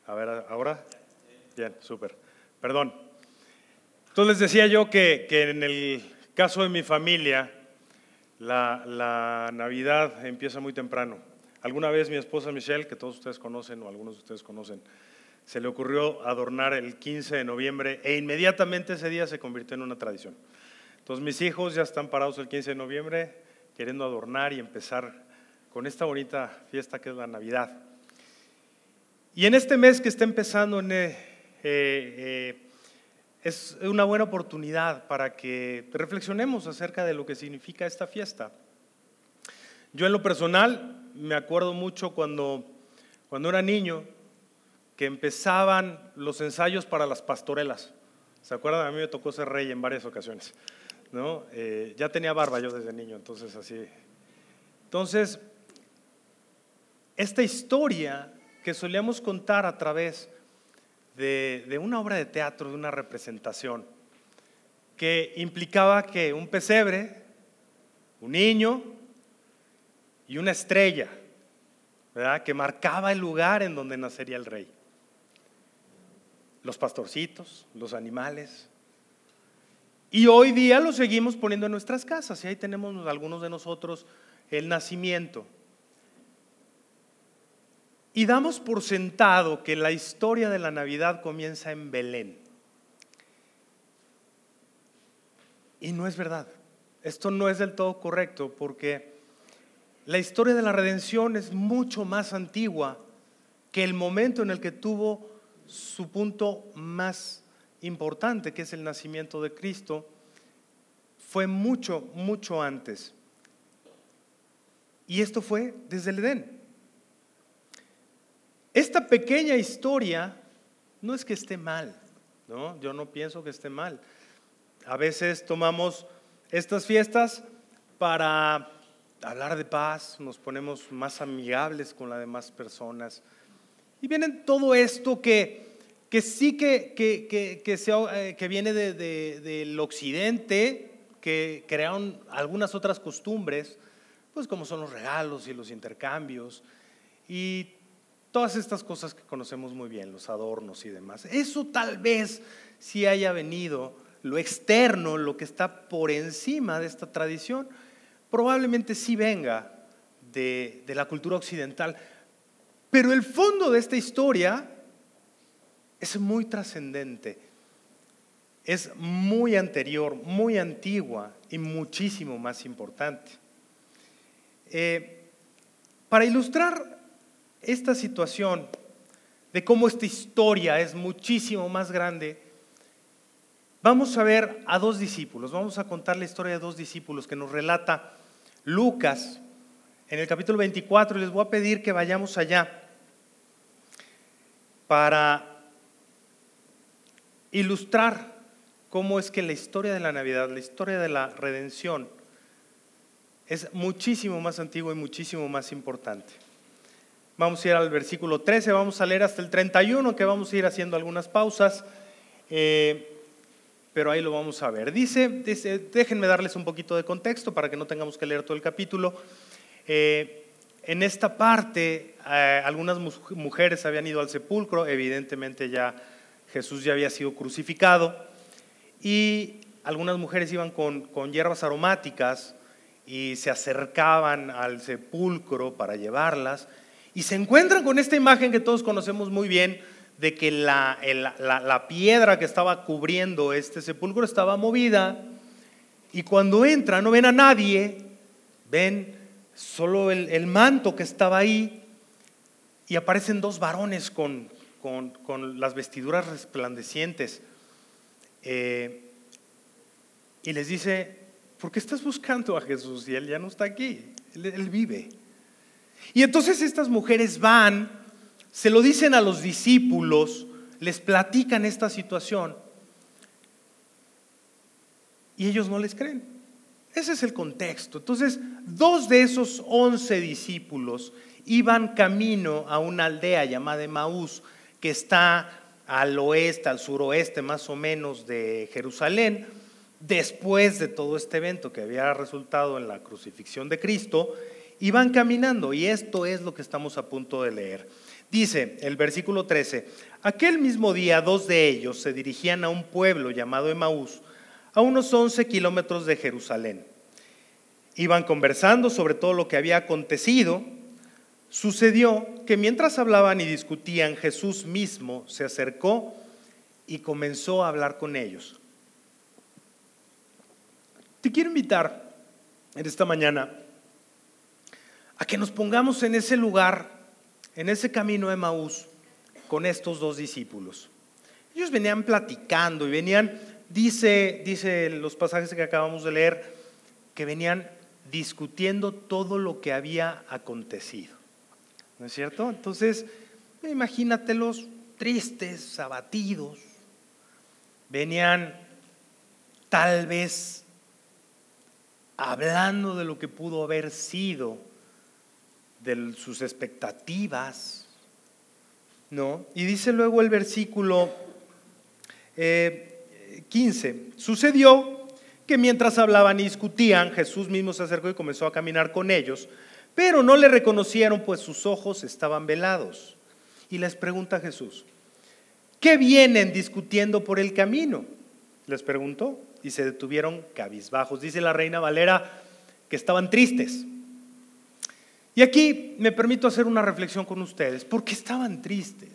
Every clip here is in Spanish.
A ver, ¿ahora? Bien, súper. Perdón. Entonces les decía yo que en el caso de mi familia, la Navidad empieza muy temprano. Alguna vez mi esposa Michelle, que todos ustedes conocen o algunos de ustedes conocen, se le ocurrió adornar el 15 de noviembre e inmediatamente ese día se convirtió en una tradición. Entonces mis hijos ya están parados el 15 de noviembre queriendo adornar y empezar con esta bonita fiesta que es la Navidad. Y en este mes que está empezando, es una buena oportunidad para que reflexionemos acerca de lo que significa esta fiesta. Yo en lo personal me acuerdo mucho cuando era niño que empezaban los ensayos para las pastorelas. ¿Se acuerdan? A mí me tocó ser rey en varias ocasiones, ¿no? Ya tenía barba yo desde niño, entonces así. Entonces, esta historia que solíamos contar a través de una obra de teatro, de una representación, que implicaba que un pesebre, un niño y una estrella, ¿verdad?, que marcaba el lugar en donde nacería el rey. Los pastorcitos, los animales. Y hoy día lo seguimos poniendo en nuestras casas, y ahí tenemos algunos de nosotros el nacimiento. Y damos por sentado que la historia de la Navidad comienza en Belén. Y no es verdad. Esto no es del todo correcto, porque la historia de la redención es mucho más antigua que el momento en el que tuvo su punto más importante, que es el nacimiento de Cristo. Fue mucho, mucho antes. Y esto fue desde el Edén. Esta pequeña historia no es que esté mal, ¿no? Yo no pienso que esté mal. A veces tomamos estas fiestas para hablar de paz, nos ponemos más amigables con las demás personas. Y viene todo esto que sí que viene del occidente, que crearon algunas otras costumbres, pues como son los regalos y los intercambios y todas estas cosas que conocemos muy bien, los adornos y demás. Eso tal vez sí haya venido, lo externo, lo que está por encima de esta tradición, probablemente sí venga de la cultura occidental. Pero el fondo de esta historia es muy trascendente, es muy anterior, muy antigua y muchísimo más importante. Para ilustrar esta situación de cómo esta historia es muchísimo más grande, vamos a ver a dos discípulos, vamos a contar la historia de dos discípulos que nos relata Lucas en el capítulo 24, y les voy a pedir que vayamos allá para ilustrar cómo es que la historia de la Navidad, la historia de la redención, es muchísimo más antigua y muchísimo más importante. Vamos a ir al versículo 13, vamos a leer hasta el 31, que vamos a ir haciendo algunas pausas, pero ahí lo vamos a ver. Dice, déjenme darles un poquito de contexto para que no tengamos que leer todo el capítulo. En esta parte, algunas mujeres habían ido al sepulcro, evidentemente ya Jesús ya había sido crucificado, y algunas mujeres iban con hierbas aromáticas y se acercaban al sepulcro para llevarlas, y se encuentran con esta imagen que todos conocemos muy bien, de que la piedra que estaba cubriendo este sepulcro estaba movida, y cuando entran no ven a nadie, ven solo el manto que estaba ahí, y aparecen dos varones con las vestiduras resplandecientes, y les dice: ¿por qué estás buscando a Jesús? Y Él ya no está aquí, Él vive. Y entonces estas mujeres van, se lo dicen a los discípulos, les platican esta situación, y ellos no les creen. Ese es el contexto. Entonces, 2 de esos 11 discípulos iban camino a una aldea llamada Emaús, que está al oeste, al suroeste más o menos de Jerusalén, después de todo este evento que había resultado en la crucifixión de Cristo. Iban caminando, y esto es lo que estamos a punto de leer. Dice el versículo 13: aquel mismo día 2 de ellos se dirigían a un pueblo llamado Emaús, a unos 11 kilómetros de Jerusalén. Iban conversando sobre todo lo que había acontecido. Sucedió que mientras hablaban y discutían, Jesús mismo se acercó y comenzó a hablar con ellos. Te quiero invitar en esta mañana a que nos pongamos en ese lugar, en ese camino de Emaús, con estos dos discípulos. Ellos venían platicando y venían, dice los pasajes que acabamos de leer, que venían discutiendo todo lo que había acontecido, ¿no es cierto? Entonces, imagínatelos tristes, abatidos, venían tal vez hablando de lo que pudo haber sido, de sus expectativas, ¿no? Y dice luego el versículo 15: sucedió que mientras hablaban y discutían, Jesús mismo se acercó y comenzó a caminar con ellos, pero no le reconocieron, pues sus ojos estaban velados. Y les pregunta Jesús: ¿qué vienen discutiendo por el camino? Les preguntó, y se detuvieron cabizbajos. Dice la Reina Valera que estaban tristes. Y aquí me permito hacer una reflexión con ustedes. ¿Por qué estaban tristes?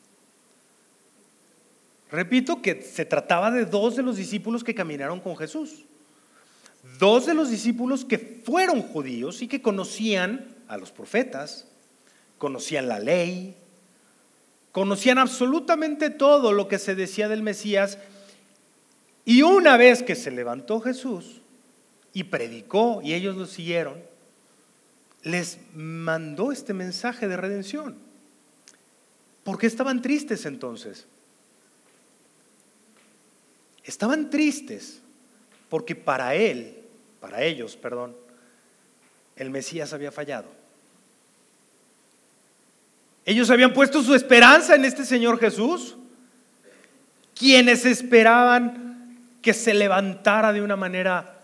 Repito que se trataba de 2 de los discípulos que caminaron con Jesús. 2 de los discípulos que fueron judíos y que conocían a los profetas, conocían la ley, conocían absolutamente todo lo que se decía del Mesías. Y una vez que se levantó Jesús y predicó y ellos lo siguieron, les mandó este mensaje de redención. ¿Por qué estaban tristes entonces? Estaban tristes porque para ellos, el Mesías había fallado. Ellos habían puesto su esperanza en este Señor Jesús, quienes esperaban que se levantara de una manera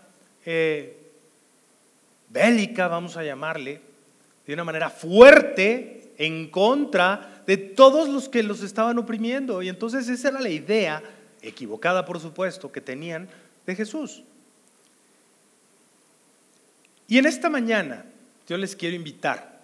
bélica, vamos a llamarle, de una manera fuerte en contra de todos los que los estaban oprimiendo. Y entonces esa era la idea, equivocada por supuesto, que tenían de Jesús. Y en esta mañana yo les quiero invitar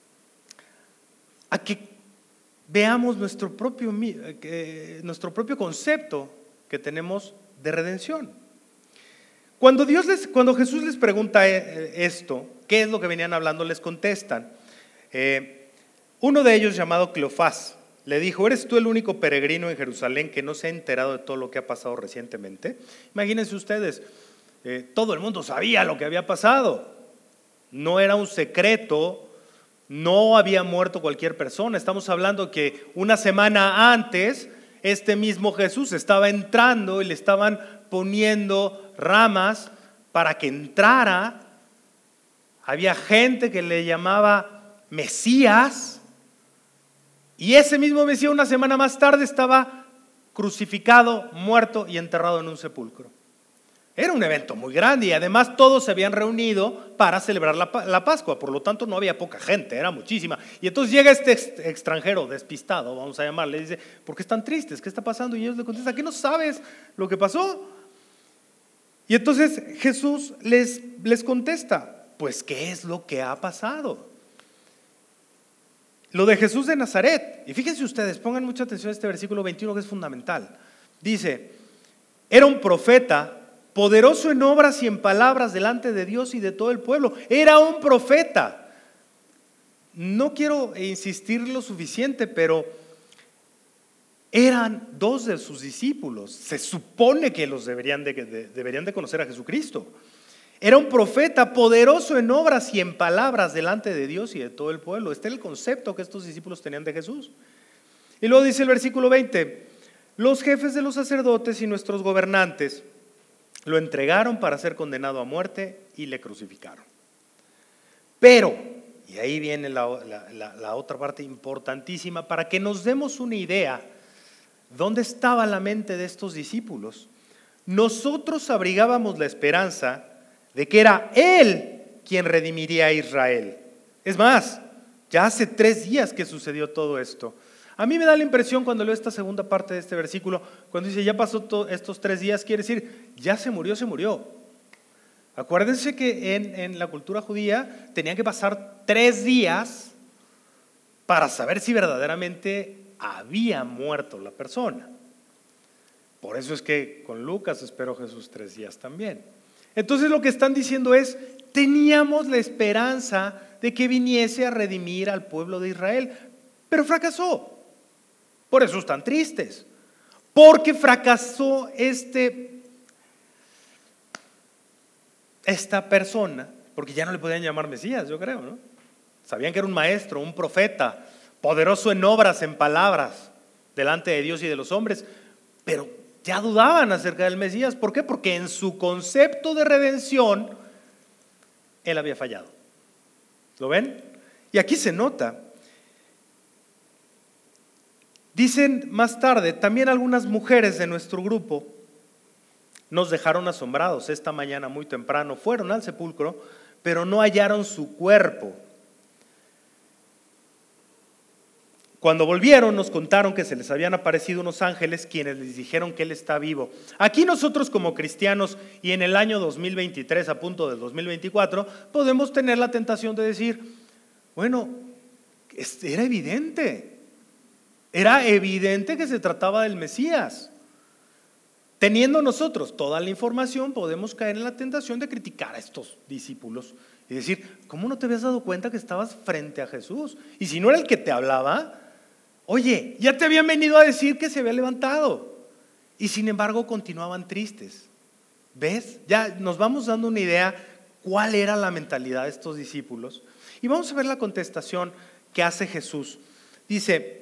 a que veamos nuestro propio concepto que tenemos de redención. Cuando Jesús les pregunta esto, ¿qué es lo que venían hablando? Les contestan. Uno de ellos, llamado Cleofás, le dijo: ¿eres tú el único peregrino en Jerusalén que no se ha enterado de todo lo que ha pasado recientemente? Imagínense ustedes, todo el mundo sabía lo que había pasado. No era un secreto, no había muerto cualquier persona. Estamos hablando que una semana antes, este mismo Jesús estaba entrando y le estaban poniendo ramas para que entrara. Había gente que le llamaba Mesías, y ese mismo Mesías una semana más tarde estaba crucificado, muerto y enterrado en un sepulcro. Era un evento muy grande y además todos se habían reunido para celebrar la Pascua, por lo tanto no había poca gente, era muchísima. Y entonces llega este extranjero despistado, vamos a llamarle, y dice: ¿por qué están tristes? ¿Qué está pasando? Y ellos le contestan: ¿qué no sabes lo que pasó? Y entonces Jesús les contesta: pues ¿qué es lo que ha pasado? Lo de Jesús de Nazaret. Y fíjense ustedes, pongan mucha atención a este versículo 21 que es fundamental. Dice: era un profeta poderoso en obras y en palabras delante de Dios y de todo el pueblo. Era un profeta. No quiero insistir lo suficiente, pero eran 2 de sus discípulos. Se supone que los deberían de conocer a Jesucristo. Era un profeta poderoso en obras y en palabras delante de Dios y de todo el pueblo. Este era el concepto que estos discípulos tenían de Jesús. Y luego dice el versículo 20: los jefes de los sacerdotes y nuestros gobernantes lo entregaron para ser condenado a muerte y le crucificaron. Pero, y ahí viene la otra parte importantísima, para que nos demos una idea dónde estaba la mente de estos discípulos. Nosotros abrigábamos la esperanza de que era Él quien redimiría a Israel. Es más, ya hace 3 días que sucedió todo esto. A mí me da la impresión cuando leo esta segunda parte de este versículo, cuando dice ya pasó estos 3 días, quiere decir ya se murió, se murió. Acuérdense que en la cultura judía tenían que pasar 3 días para saber si verdaderamente había muerto la persona. Por eso es que con Lucas esperó Jesús 3 días también. Entonces lo que están diciendo es, teníamos la esperanza de que viniese a redimir al pueblo de Israel, pero fracasó. Por eso están tristes, porque fracasó esta persona, porque ya no le podían llamar Mesías, yo creo, ¿no? Sabían que era un maestro, un profeta, poderoso en obras, en palabras, delante de Dios y de los hombres, pero ya dudaban acerca del Mesías. ¿Por qué? Porque en su concepto de redención, él había fallado. ¿Lo ven? Y aquí se nota. Dicen más tarde, también algunas mujeres de nuestro grupo nos dejaron asombrados. Esta mañana muy temprano fueron al sepulcro, pero no hallaron su cuerpo. Cuando volvieron nos contaron que se les habían aparecido unos ángeles quienes les dijeron que él está vivo. Aquí nosotros como cristianos y en el año 2023 a punto del 2024 podemos tener la tentación de decir, bueno, era evidente que se trataba del Mesías. Teniendo nosotros toda la información, podemos caer en la tentación de criticar a estos discípulos y decir, ¿cómo no te habías dado cuenta que estabas frente a Jesús? Y si no era el que te hablaba, oye, ya te habían venido a decir que se había levantado. Y sin embargo continuaban tristes. ¿Ves? Ya nos vamos dando una idea cuál era la mentalidad de estos discípulos. Y vamos a ver la contestación que hace Jesús. Dice,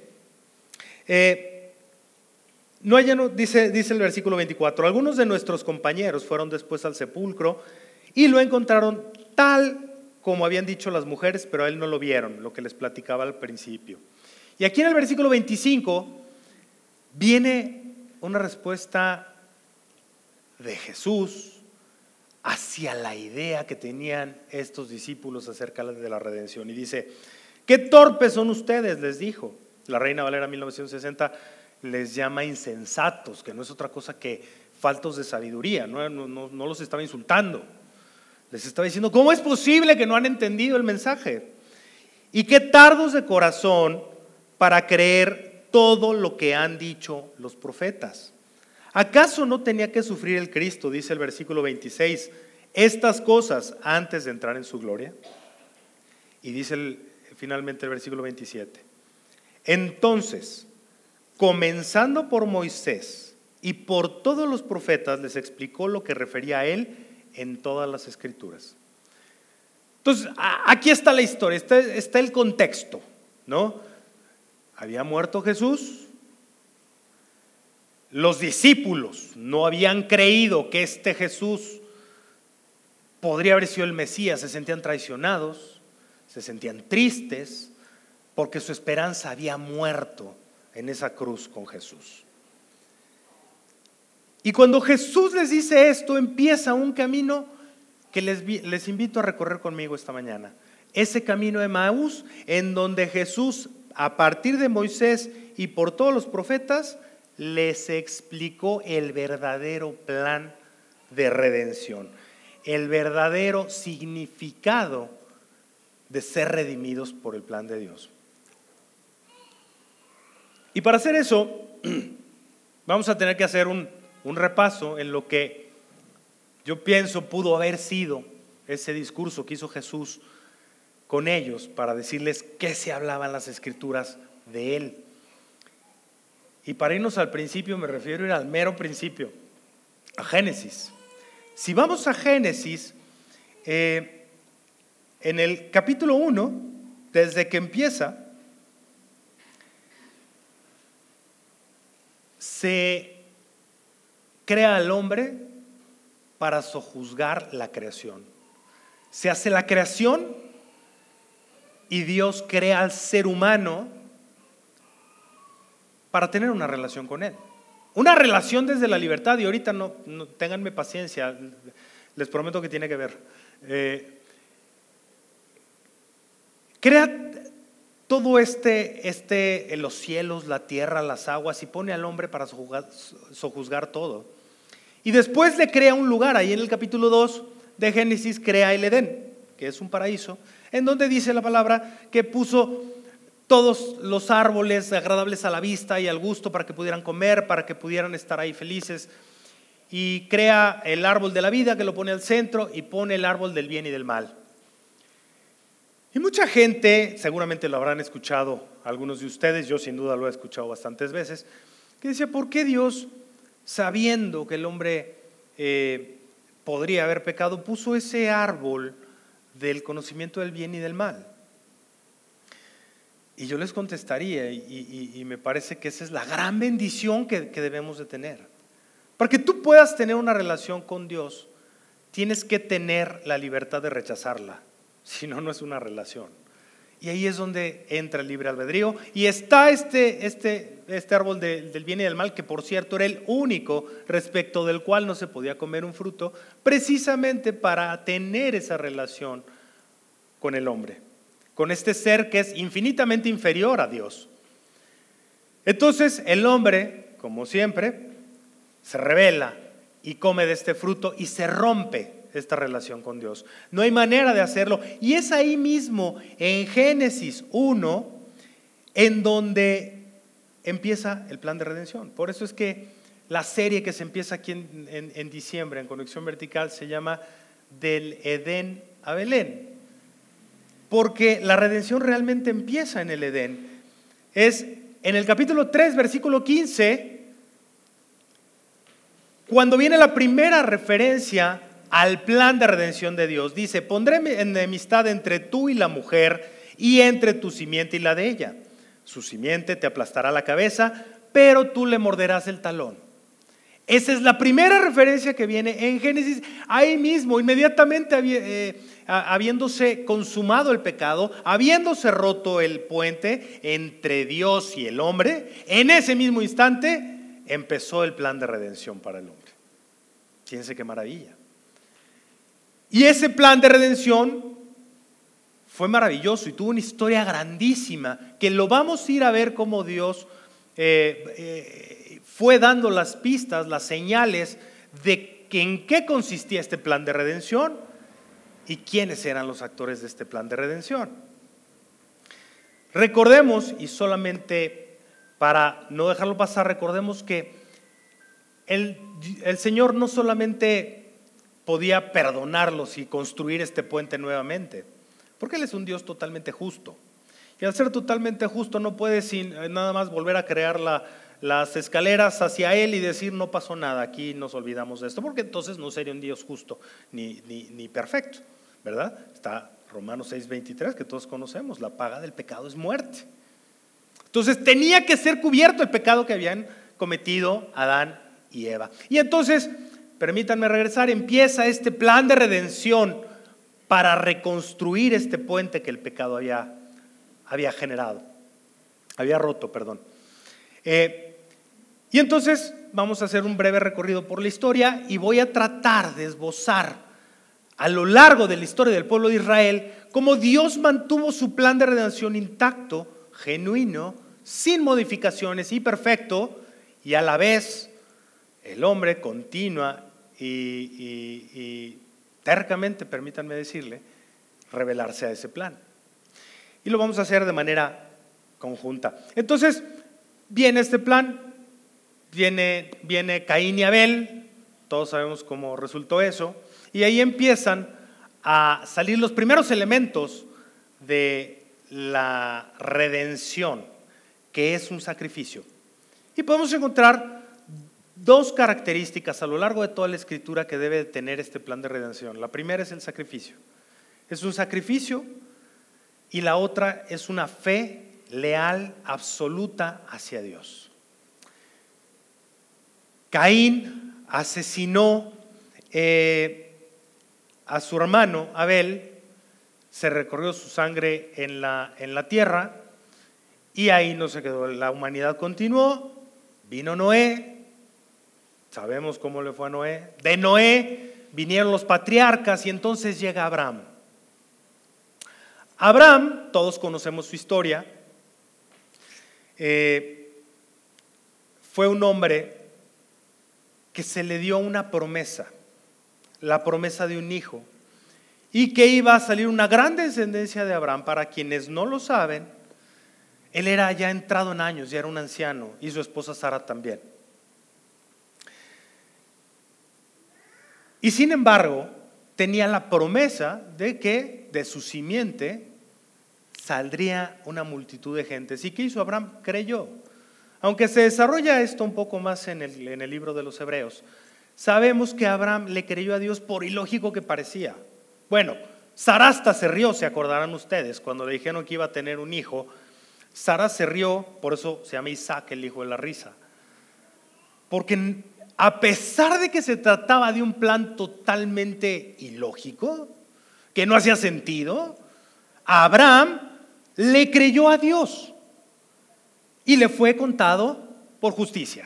dice el versículo 24, algunos de nuestros compañeros fueron después al sepulcro y lo encontraron tal como habían dicho las mujeres, pero a él no lo vieron, lo que les platicaba al principio. Y aquí en el versículo 25 viene una respuesta de Jesús hacia la idea que tenían estos discípulos acerca de la redención. Y dice, qué torpes son ustedes, les dijo. La Reina Valera 1960 les llama insensatos, que no es otra cosa que faltos de sabiduría. No los estaba insultando, les estaba diciendo, ¿cómo es posible que no han entendido el mensaje? Y qué tardos de corazón para creer todo lo que han dicho los profetas. ¿Acaso no tenía que sufrir el Cristo, dice el versículo 26, estas cosas antes de entrar en su gloria? Y dice finalmente el versículo 27, entonces, comenzando por Moisés y por todos los profetas, les explicó lo que refería a él en todas las escrituras. Entonces, aquí está la historia, está el contexto, ¿no? Había muerto Jesús, los discípulos no habían creído que este Jesús podría haber sido el Mesías, se sentían traicionados, se sentían tristes, porque su esperanza había muerto en esa cruz con Jesús. Y cuando Jesús les dice esto, empieza un camino que les invito a recorrer conmigo esta mañana. Ese camino de Emaús, en donde Jesús, a partir de Moisés y por todos los profetas, les explicó el verdadero plan de redención, el verdadero significado de ser redimidos por el plan de Dios. Y para hacer eso, vamos a tener que hacer un repaso en lo que yo pienso pudo haber sido ese discurso que hizo Jesús con ellos para decirles qué se hablaba en las escrituras de él. Y para irnos al principio me refiero a ir al mero principio, a Génesis. Si vamos a Génesis, en el capítulo 1, desde que empieza, se crea al hombre para sojuzgar la creación. Se hace la creación y Dios crea al ser humano para tener una relación con él. Una relación desde la libertad, y ahorita no ténganme paciencia, les prometo que tiene que ver. crea todo los cielos, la tierra, las aguas, y pone al hombre para sojuzgar todo. Y después le crea un lugar. Ahí en el capítulo 2 de Génesis crea el Edén, que es un paraíso, en donde dice la palabra que puso todos los árboles agradables a la vista y al gusto para que pudieran comer, para que pudieran estar ahí felices. Y crea el árbol de la vida, que lo pone al centro, y pone el árbol del bien y del mal. Y mucha gente, seguramente lo habrán escuchado algunos de ustedes, yo sin duda lo he escuchado bastantes veces, que decía: ¿por qué Dios, sabiendo que el hombre podría haber pecado, puso ese árbol del conocimiento del bien y del mal? Y yo les contestaría, y me parece que esa es la gran bendición que debemos de tener. Para que tú puedas tener una relación con Dios, tienes que tener la libertad de rechazarla. Si no, no es una relación. Y ahí es donde entra el libre albedrío. Y está este árbol del bien y del mal, que por cierto era el único respecto del cual no se podía comer un fruto, precisamente para tener esa relación con el hombre, con este ser que es infinitamente inferior a Dios. Entonces el hombre, como siempre, se rebela y come de este fruto y se rompe esta relación con Dios. No hay manera de hacerlo. Y es ahí mismo, en Génesis 1, en donde empieza el plan de redención. Por eso es que la serie que se empieza aquí en diciembre, en Conexión Vertical, se llama Del Edén a Belén. Porque la redención realmente empieza en el Edén. Es en el capítulo 3, versículo 15, cuando viene la primera referencia al plan de redención de Dios. Dice: pondré enemistad entre tú y la mujer, y entre tu simiente y la de ella. Su simiente te aplastará la cabeza, pero tú le morderás el talón. Esa es la primera referencia que viene en Génesis. Ahí mismo, inmediatamente habiéndose consumado el pecado, habiéndose roto el puente entre Dios y el hombre, en ese mismo instante empezó el plan de redención para el hombre. Fíjense qué maravilla. Y ese plan de redención fue maravilloso y tuvo una historia grandísima, que lo vamos a ir a ver cómo Dios fue dando las pistas, las señales de en qué consistía este plan de redención y quiénes eran los actores de este plan de redención. Recordemos, y solamente para no dejarlo pasar, recordemos que el Señor no solamente podía perdonarlos y construir este puente nuevamente, porque Él es un Dios totalmente justo. Y al ser totalmente justo no puede nada más volver a crear las escaleras hacia Él y decir: no pasó nada, aquí nos olvidamos de esto, porque entonces no sería un Dios justo ni perfecto, ¿verdad? Está Romanos 6:23, que todos conocemos: la paga del pecado es muerte. Entonces tenía que ser cubierto el pecado que habían cometido Adán y Eva. Y entonces, permítanme regresar, empieza este plan de redención para reconstruir este puente que el pecado había generado, había roto, perdón. Y entonces vamos a hacer un breve recorrido por la historia y voy a tratar de esbozar a lo largo de la historia del pueblo de Israel cómo Dios mantuvo su plan de redención intacto, genuino, sin modificaciones y perfecto, y a la vez el hombre continúa y tercamente, permítanme decirle, rebelarse a ese plan. Y lo vamos a hacer de manera conjunta. Entonces, viene este plan, viene Caín y Abel, todos sabemos cómo resultó eso, y ahí empiezan a salir los primeros elementos de la redención, que es un sacrificio. Y podemos encontrar dos características a lo largo de toda la Escritura que debe tener este plan de redención. La primera es el sacrificio. Es un sacrificio, y la otra es una fe leal, absoluta hacia Dios. Caín asesinó a su hermano Abel, se recorrió su sangre en la tierra, y ahí no se quedó. La humanidad continuó, vino Noé, sabemos cómo le fue a Noé. De Noé vinieron los patriarcas y entonces llega Abraham. Abraham, todos conocemos su historia, fue un hombre que se le dio una promesa, la promesa de un hijo, y que iba a salir una gran descendencia de Abraham. Para quienes no lo saben, él era ya entrado en años, ya era un anciano, y su esposa Sara también. Y sin embargo, tenía la promesa de que de su simiente saldría una multitud de gentes. ¿Y qué hizo Abraham? Creyó. Aunque se desarrolla esto un poco más en el libro de los Hebreos, sabemos que Abraham le creyó a Dios por ilógico que parecía. Bueno, Sara hasta se rió, se acordarán ustedes, cuando le dijeron que iba a tener un hijo. Sara se rió, por eso se llama Isaac, el hijo de la risa. Porque a pesar de que se trataba de un plan totalmente ilógico, que no hacía sentido, Abraham le creyó a Dios y le fue contado por justicia.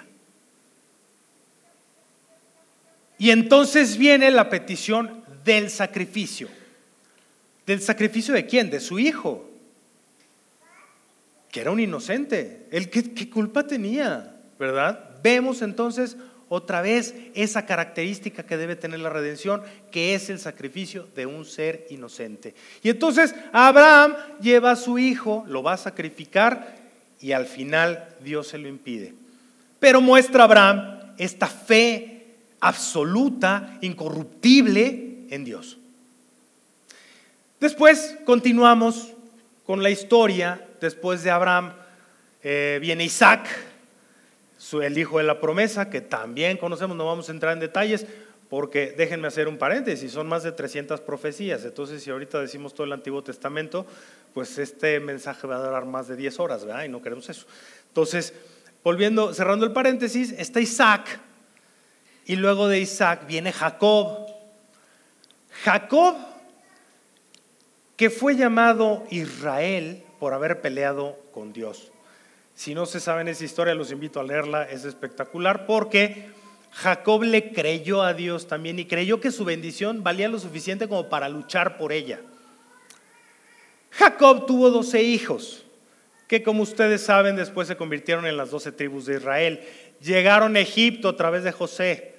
Y entonces viene la petición del sacrificio. ¿Del sacrificio de quién? De su hijo, que era un inocente. ¿Él qué culpa tenía? ¿Verdad? Vemos entonces otra vez esa característica que debe tener la redención, que es el sacrificio de un ser inocente. Y entonces Abraham lleva a su hijo, lo va a sacrificar y al final Dios se lo impide. Pero muestra a Abraham esta fe absoluta, incorruptible en Dios. Después continuamos con la historia. Después de Abraham viene Isaac, el hijo de la promesa, que también conocemos. No vamos a entrar en detalles porque déjenme hacer un paréntesis, son más de 300 profecías. Entonces, si ahorita decimos todo el Antiguo Testamento, pues este mensaje va a durar más de 10 horas, ¿verdad? Y no queremos eso. Entonces, cerrando el paréntesis, está Isaac, y luego de Isaac viene Jacob. Jacob, que fue llamado Israel por haber peleado con Dios. Si no se saben esa historia, los invito a leerla, es espectacular, porque Jacob le creyó a Dios también y creyó que su bendición valía lo suficiente como para luchar por ella. Jacob tuvo 12 hijos, que como ustedes saben después se convirtieron en las 12 tribus de Israel. Llegaron a Egipto a través de José.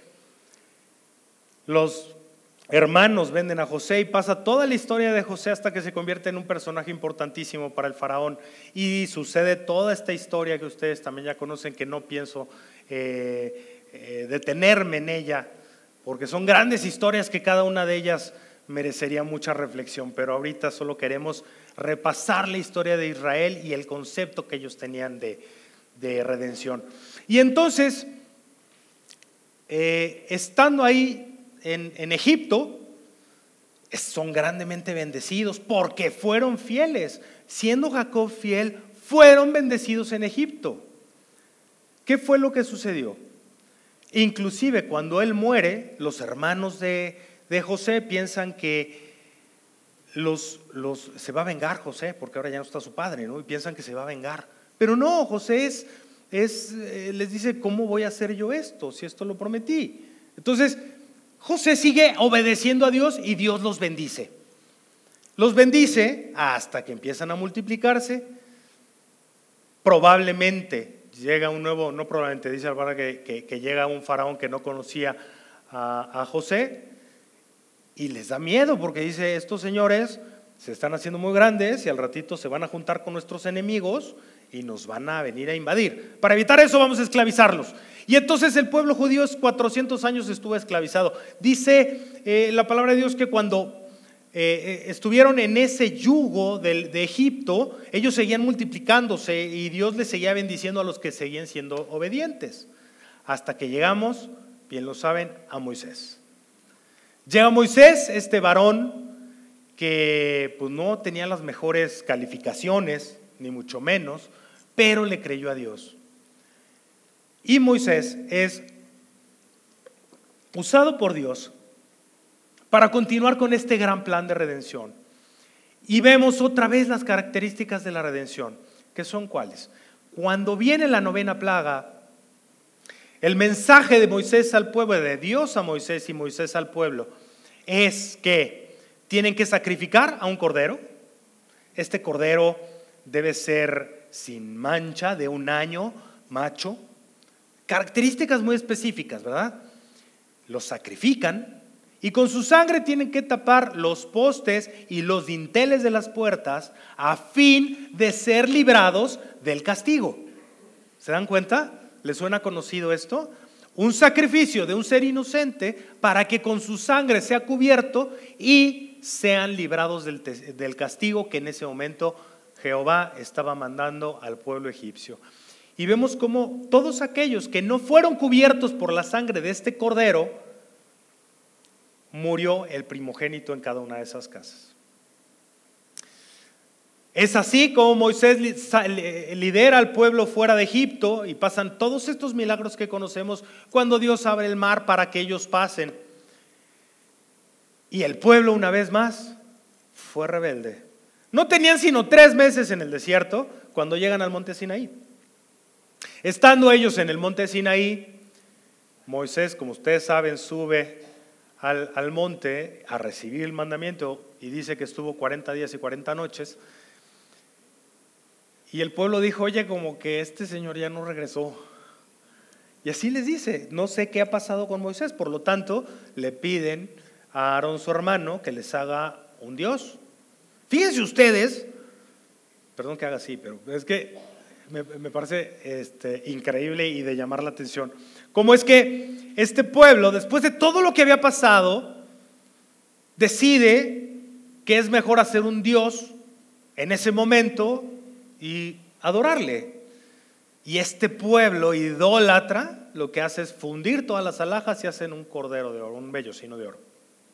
Los hermanos venden a José y pasa toda la historia de José hasta que se convierte en un personaje importantísimo para el faraón, y sucede toda esta historia que ustedes también ya conocen, que no pienso detenerme en ella porque son grandes historias que cada una de ellas merecería mucha reflexión, pero ahorita solo queremos repasar la historia de Israel y el concepto que ellos tenían de redención. Y entonces, estando ahí en Egipto, son grandemente bendecidos porque fueron fieles. Siendo Jacob fiel, fueron bendecidos en Egipto. ¿Qué fue lo que sucedió? Inclusive cuando él muere, los hermanos de José piensan que se va a vengar José, porque ahora ya no está su padre, ¿no? Y piensan que se va a vengar. Pero no, José les dice: ¿cómo voy a hacer yo esto si esto lo prometí? Entonces José sigue obedeciendo a Dios y Dios los bendice. Los bendice hasta que empiezan a multiplicarse. Probablemente llega un nuevo, no probablemente, dice Álvaro que llega un faraón que no conocía a José y les da miedo porque dice: estos señores se están haciendo muy grandes y al ratito se van a juntar con nuestros enemigos y nos van a venir a invadir. Para evitar eso vamos a esclavizarlos. Y entonces el pueblo judío 400 años estuvo esclavizado. Dice la palabra de Dios que cuando estuvieron en ese yugo de Egipto, ellos seguían multiplicándose y Dios les seguía bendiciendo a los que seguían siendo obedientes, hasta que llegamos, bien lo saben, a Moisés. Llega Moisés, este varón que pues no tenía las mejores calificaciones, ni mucho menos, pero le creyó a Dios. Y Moisés es usado por Dios para continuar con este gran plan de redención. Y vemos otra vez las características de la redención, que son ¿cuáles? Cuando viene la 9ª plaga, el mensaje de Moisés al pueblo, de Dios a Moisés y Moisés al pueblo, es que tienen que sacrificar a un cordero. Este cordero debe ser sin mancha, de 1 año, macho. Características muy específicas, ¿verdad? Lo sacrifican y con su sangre tienen que tapar los postes y los dinteles de las puertas a fin de ser librados del castigo. ¿Se dan cuenta? ¿Les suena conocido esto? Un sacrificio de un ser inocente para que con su sangre sea cubierto y sean librados del castigo que en ese momento Jehová estaba mandando al pueblo egipcio. Y vemos cómo todos aquellos que no fueron cubiertos por la sangre de este cordero, murió el primogénito en cada una de esas casas. Es así como Moisés lidera al pueblo fuera de Egipto y pasan todos estos milagros que conocemos cuando Dios abre el mar para que ellos pasen. Y el pueblo una vez más fue rebelde. No tenían sino 3 meses en el desierto cuando llegan al monte Sinaí. Estando ellos en el monte Sinaí, Moisés, como ustedes saben, sube al monte a recibir el mandamiento y dice que estuvo 40 días y 40 noches. Y el pueblo dijo, oye, como que este señor ya no regresó. Y así les dice, no sé qué ha pasado con Moisés. Por lo tanto, le piden a Aarón su hermano que les haga un dios. Fíjense ustedes, perdón que haga así, pero es que me parece increíble y de llamar la atención. Cómo es que este pueblo, después de todo lo que había pasado, decide que es mejor hacer un dios en ese momento y adorarle. Y este pueblo idólatra lo que hace es fundir todas las alhajas y hacen un cordero de oro, un vellocino de oro.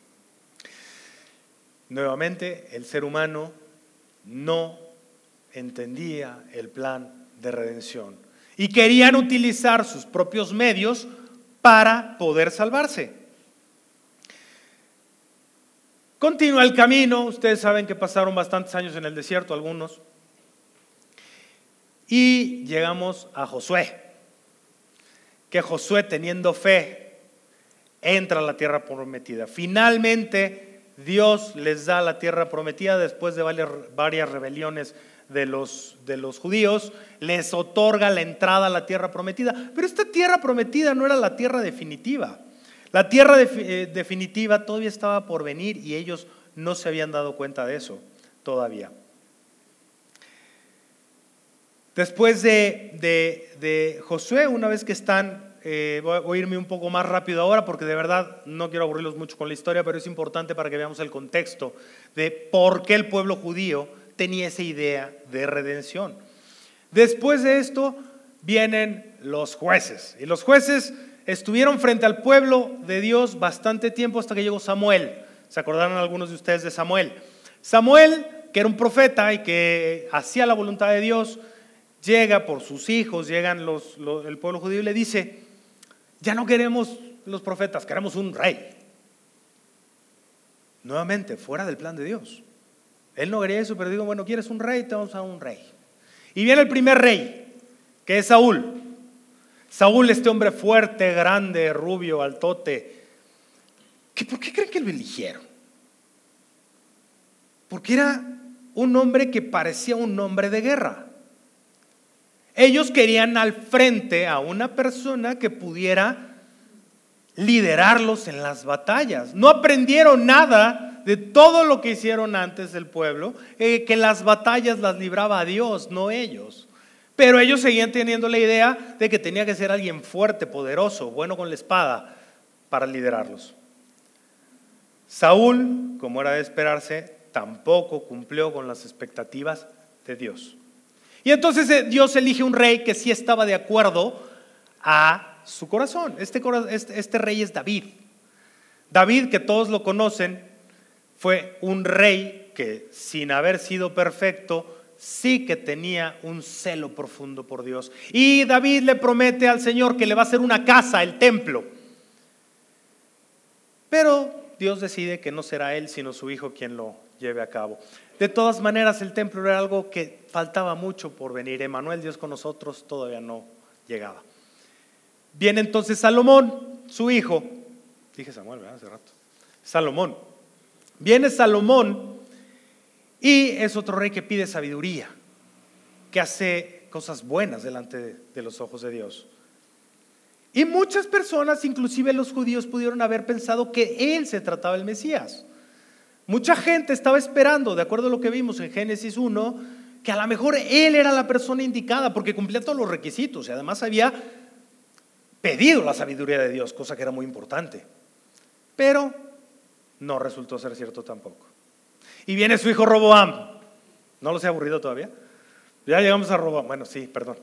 Nuevamente, el ser humano no entendía el plan de redención y querían utilizar sus propios medios para poder salvarse. Continúa el camino, ustedes saben que pasaron bastantes años en el desierto, algunos. Y llegamos a Josué, que Josué, teniendo fe, entra a la tierra prometida. Finalmente Dios les da la tierra prometida después de varias rebeliones de los judíos, les otorga la entrada a la tierra prometida. Pero esta tierra prometida no era la tierra definitiva. La tierra definitiva todavía estaba por venir y ellos no se habían dado cuenta de eso todavía. Después de Josué, una vez que están, voy a irme un poco más rápido ahora porque de verdad no quiero aburrirlos mucho con la historia, pero es importante para que veamos el contexto de por qué el pueblo judío tenía esa idea de redención. Después de esto vienen los jueces, y los jueces estuvieron frente al pueblo de Dios bastante tiempo hasta que llegó Samuel. ¿Se acordaron algunos de ustedes de Samuel? Samuel, que era un profeta y que hacía la voluntad de Dios, llega por sus hijos, llegan el pueblo judío y le dice, ya no queremos los profetas, queremos un rey. Nuevamente, fuera del plan de Dios. Él no quería eso, pero digo, bueno, ¿quieres un rey? Te vamos a dar un rey. Y viene el primer rey, que es Saúl. Saúl, este hombre fuerte, grande, rubio, altote. ¿Por qué creen que lo eligieron? Porque era un hombre que parecía un hombre de guerra. Ellos querían al frente a una persona que pudiera liderarlos en las batallas. No aprendieron nada de todo lo que hicieron antes del pueblo, que las batallas las libraba Dios, no ellos. Pero ellos seguían teniendo la idea de que tenía que ser alguien fuerte, poderoso, bueno con la espada para liderarlos. Saúl, como era de esperarse, tampoco cumplió con las expectativas de Dios. Y entonces Dios elige un rey que sí estaba de acuerdo a su corazón. Este rey es David. David, que todos lo conocen, fue un rey que sin haber sido perfecto, sí que tenía un celo profundo por Dios. Y David le promete al Señor que le va a hacer una casa, el templo. Pero Dios decide que no será él, sino su hijo quien lo lleve a cabo. De todas maneras, el templo era algo que faltaba mucho por venir. Emmanuel, Dios con nosotros, todavía no llegaba. Viene entonces Salomón, su hijo. Dije Samuel, ¿verdad? Hace rato. Salomón. Viene Salomón Y es otro rey que pide sabiduría, que hace cosas buenas delante de los ojos de Dios. Y muchas personas, inclusive los judíos, pudieron haber pensado que él se trataba del Mesías. Mucha gente estaba esperando, de acuerdo a lo que vimos en Génesis 1, que a lo mejor él era la persona indicada porque cumplía todos los requisitos y además había pedido la sabiduría de Dios, cosa que era muy importante. Pero no resultó ser cierto tampoco. Y viene su hijo Roboam. ¿No los he aburrido todavía? Ya llegamos a Roboam. Bueno, sí, perdón.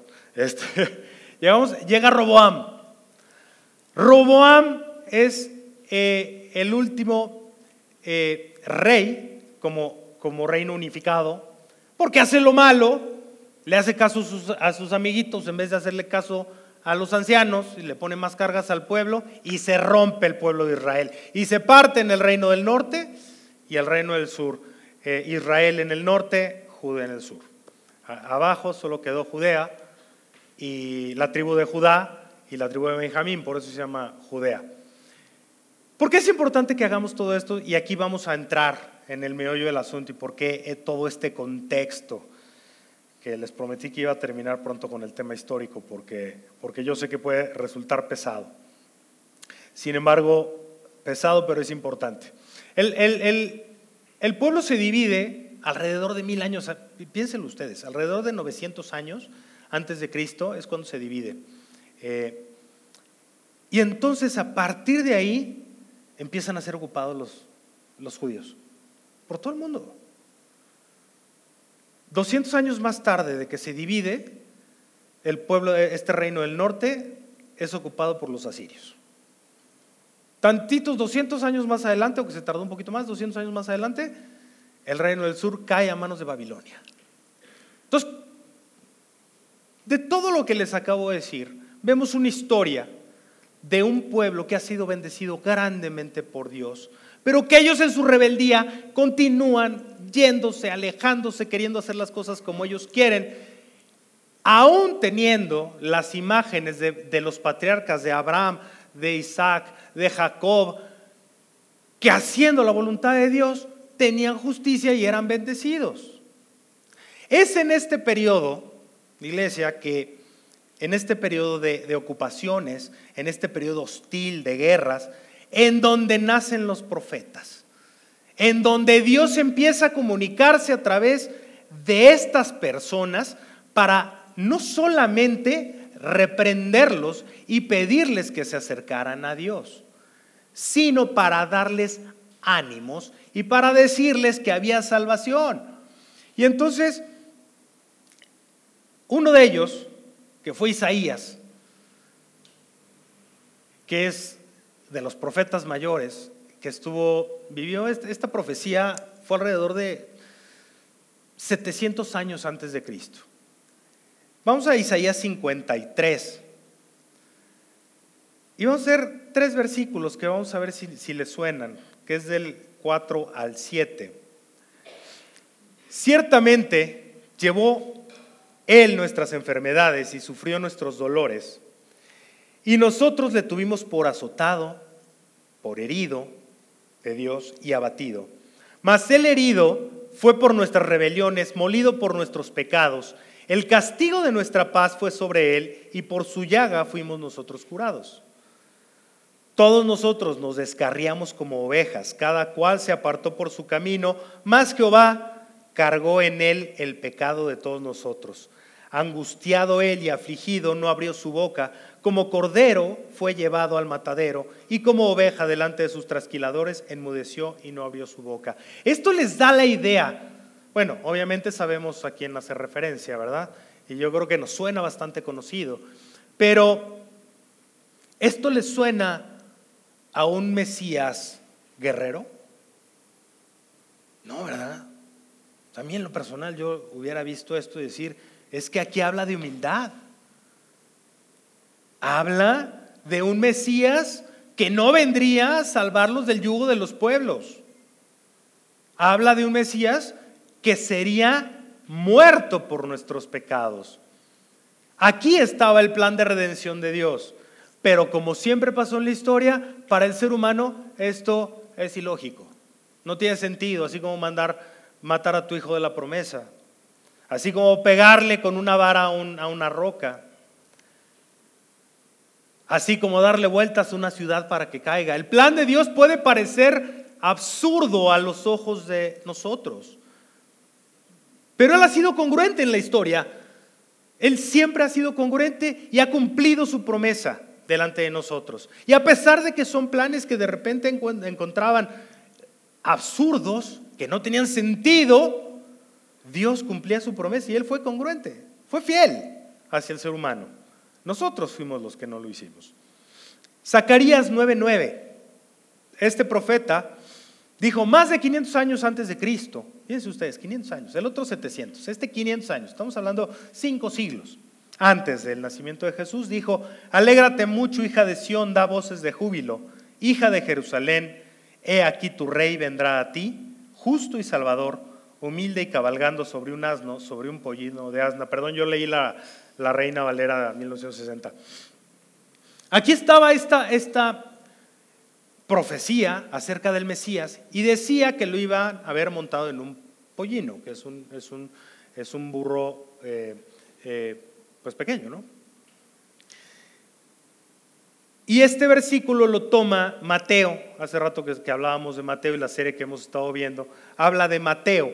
Llega Roboam. Roboam es el último rey como reino unificado, porque hace lo malo, le hace caso a sus amiguitos en vez de hacerle caso a los ancianos, y le pone más cargas al pueblo, y se rompe el pueblo de Israel, y se parte en el reino del norte y el reino del sur. Israel en el norte, Judea en el sur. Abajo solo quedó Judea y la tribu de Judá y la tribu de Benjamín, por eso se llama Judea. ¿Por qué es importante que hagamos todo esto? Y aquí vamos a entrar en el meollo del asunto y por qué todo este contexto, que les prometí que iba a terminar pronto con el tema histórico, porque yo sé que puede resultar pesado. Sin embargo, pesado, pero es importante. El pueblo se divide alrededor de 1000 años, piénsenlo ustedes, alrededor de 900 años antes de Cristo es cuando se divide. Y entonces a partir de ahí empiezan a ser ocupados los judíos por todo el mundo. 200 años más tarde de que se divide, el pueblo, este reino del norte, es ocupado por los asirios. Tantitos 200 años más adelante, aunque se tardó un poquito más, 200 años más adelante, el reino del sur cae a manos de Babilonia. Entonces, de todo lo que les acabo de decir, vemos una historia de un pueblo que ha sido bendecido grandemente por Dios, pero que ellos en su rebeldía continúan yéndose, alejándose, queriendo hacer las cosas como ellos quieren, aún teniendo las imágenes de los patriarcas de Abraham, de Isaac, de Jacob, que haciendo la voluntad de Dios tenían justicia y eran bendecidos. Es en este periodo, iglesia, que en este periodo de ocupaciones, en este periodo hostil de guerras, en donde nacen los profetas, en donde Dios empieza a comunicarse a través de estas personas para no solamente reprenderlos y pedirles que se acercaran a Dios, sino para darles ánimos y para decirles que había salvación. Y entonces, uno de ellos, que fue Isaías, que es de los profetas mayores, que vivió esta profecía, fue alrededor de 700 años antes de Cristo. Vamos a Isaías 53 y vamos a hacer 3 versículos que vamos a ver si les suenan, que es del 4 al 7. Ciertamente llevó Él nuestras enfermedades y sufrió nuestros dolores, y nosotros le tuvimos por azotado, por herido de Dios y abatido. Mas Él herido fue por nuestras rebeliones, molido por nuestros pecados. El castigo de nuestra paz fue sobre Él, y por su llaga fuimos nosotros curados. Todos nosotros nos descarriamos como ovejas, cada cual se apartó por su camino, mas Jehová cargó en Él el pecado de todos nosotros. Angustiado Él y afligido, no abrió su boca. Como cordero fue llevado al matadero, y como oveja delante de sus trasquiladores enmudeció y no abrió su boca. Esto les da la idea. Bueno, obviamente sabemos a quién hace referencia, ¿verdad? Y yo creo que nos suena bastante conocido. Pero ¿esto les suena a un Mesías guerrero? No, ¿verdad? A mí en lo personal yo hubiera visto esto y decir, es que aquí habla de humildad. Habla de un Mesías que no vendría a salvarlos del yugo de los pueblos. Habla de un Mesías que sería muerto por nuestros pecados. Aquí estaba el plan de redención de Dios, pero como siempre pasó en la historia, para el ser humano esto es ilógico. No tiene sentido, así como mandar matar a tu hijo de la promesa, así como pegarle con una vara a una roca, así como darle vueltas a una ciudad para que caiga. El plan de Dios puede parecer absurdo a los ojos de nosotros, pero Él ha sido congruente en la historia. Él siempre ha sido congruente y ha cumplido su promesa delante de nosotros. Y a pesar de que son planes que de repente encontraban absurdos, que no tenían sentido, Dios cumplía su promesa y Él fue congruente, fue fiel hacia el ser humano. Nosotros fuimos los que no lo hicimos. Zacarías 9:9, este profeta dijo más de 500 años antes de Cristo. Fíjense ustedes, 500 años, el otro 700, 500 años, estamos hablando 5 siglos antes del nacimiento de Jesús. Dijo: alégrate mucho, hija de Sión, da voces de júbilo, hija de Jerusalén, he aquí tu rey vendrá a ti, justo y salvador, humilde y cabalgando sobre un asno, sobre un pollino de asna. Perdón, yo leí la Reina Valera 1960. Aquí estaba esta profecía acerca del Mesías y decía que lo iban a ver montado en un pollino, que es un burro pues pequeño, ¿no? Y este versículo lo toma Mateo. Hace rato que hablábamos de Mateo y la serie que hemos estado viendo habla de Mateo.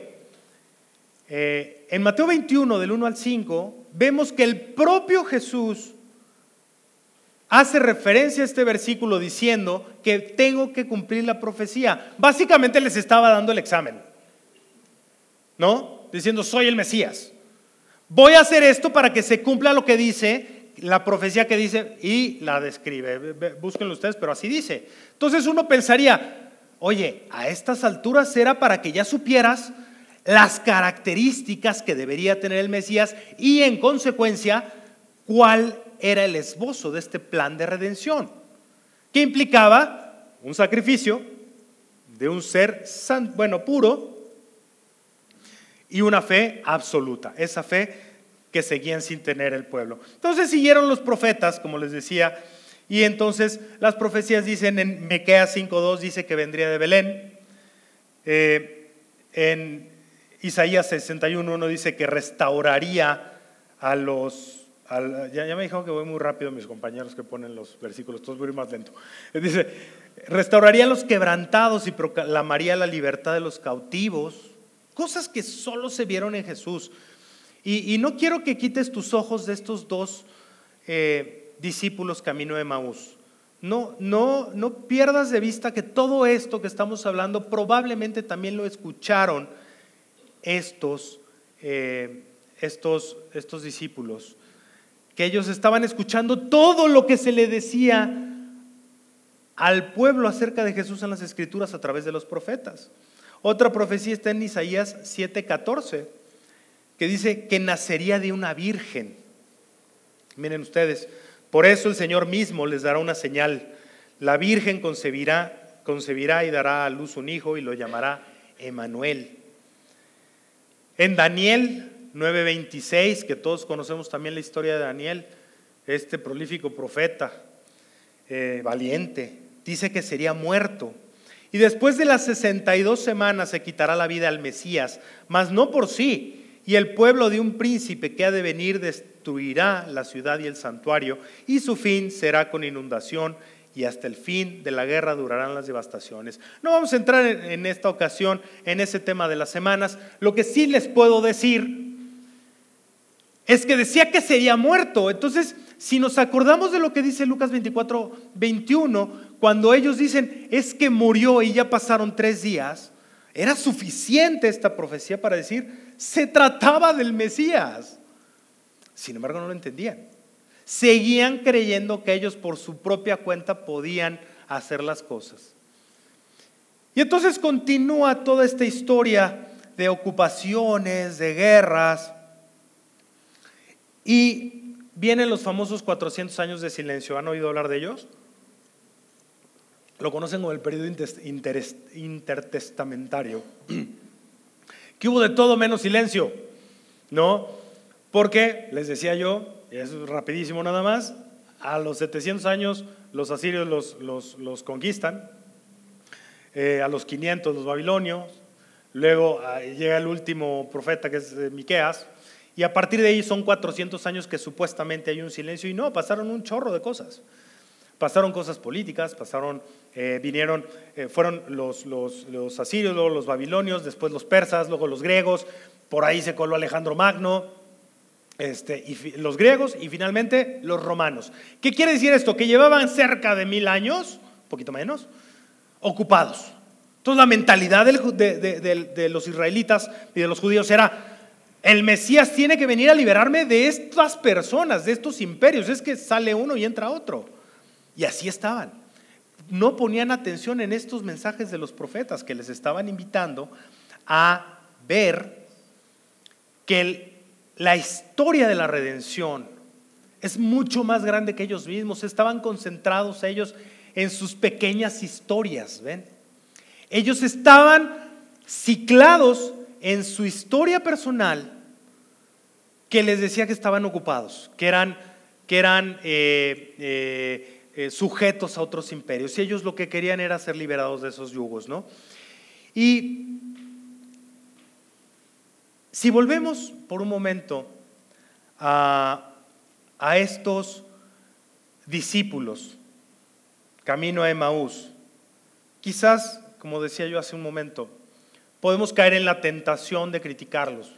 En Mateo 21 del 1 al 5 vemos que el propio Jesús hace referencia a este versículo diciendo que tengo que cumplir la profecía. Básicamente les estaba dando el examen, ¿no? Diciendo: soy el Mesías, voy a hacer esto para que se cumpla lo que dice la profecía que dice, y la describe. Búsquenlo ustedes, pero así dice. Entonces uno pensaría: oye, a estas alturas era para que ya supieras las características que debería tener el Mesías y en consecuencia cuál era el esbozo de este plan de redención, que implicaba un sacrificio de un ser puro y una fe absoluta, esa fe que seguían sin tener el pueblo. Entonces siguieron los profetas, como les decía, y entonces las profecías dicen, en Miqueas 5:2 dice que vendría de Belén, en Isaías 61:1 dice que restauraría a los... Ya me dijeron que voy muy rápido, mis compañeros que ponen los versículos, todos voy más lento. Dice: restauraría a los quebrantados y proclamaría la libertad de los cautivos. Cosas que solo se vieron en Jesús. Y no quiero que quites tus ojos de estos dos discípulos camino de Emaús. No pierdas de vista que todo esto que estamos hablando probablemente también lo escucharon estos discípulos, que ellos estaban escuchando todo lo que se le decía al pueblo acerca de Jesús en las Escrituras a través de los profetas. Otra profecía está en Isaías 7:14, que dice que nacería de una virgen. Miren ustedes: por eso el Señor mismo les dará una señal, la virgen concebirá y dará a luz un hijo y lo llamará Emmanuel. En Daniel 9:26, que todos conocemos también la historia de Daniel, este prolífico profeta, valiente, dice que sería muerto y después de las 62 semanas se quitará la vida al Mesías, mas no por sí, y el pueblo de un príncipe que ha de venir destruirá la ciudad y el santuario, y su fin será con inundación, y hasta el fin de la guerra durarán las devastaciones. No vamos a entrar en esta ocasión en ese tema de las semanas. Lo que sí les puedo decir es que decía que sería muerto. Entonces, si nos acordamos de lo que dice Lucas 24:21, cuando ellos dicen es que murió y ya pasaron 3 días, era suficiente esta profecía para decir se trataba del Mesías. Sin embargo, no lo entendían. Seguían creyendo que ellos por su propia cuenta podían hacer las cosas. Y entonces continúa toda esta historia de ocupaciones, de guerras, y vienen los famosos 400 años de silencio. ¿Han oído hablar de ellos? Lo conocen como el periodo intertestamentario, que hubo de todo menos silencio, ¿no? Porque, les decía yo, y eso es rapidísimo nada más, a los 700 años los asirios los conquistan, a los 500 los babilonios, luego llega el último profeta, que es Miqueas, y a partir de ahí son 400 años que supuestamente hay un silencio, y no, pasaron un chorro de cosas. Pasaron cosas políticas, fueron los asirios, luego los babilonios, después los persas, luego los griegos, por ahí se coló Alejandro Magno, los griegos y finalmente los romanos. ¿Qué quiere decir esto? Que llevaban cerca de 1000 años, un poquito menos, ocupados. Entonces la mentalidad de los israelitas y de los judíos era: el Mesías tiene que venir a liberarme de estas personas, de estos imperios. Es que sale uno y entra otro. Y así estaban. No ponían atención en estos mensajes de los profetas que les estaban invitando a ver que la historia de la redención es mucho más grande que ellos mismos. Estaban concentrados ellos en sus pequeñas historias, ¿ven? Ellos estaban ciclados en su historia personal, que les decía que estaban ocupados, que eran sujetos a otros imperios, y ellos lo que querían era ser liberados de esos yugos, ¿no? Y si volvemos por un momento a estos discípulos camino a Emaús, quizás, como decía yo hace un momento, podemos caer en la tentación de criticarlos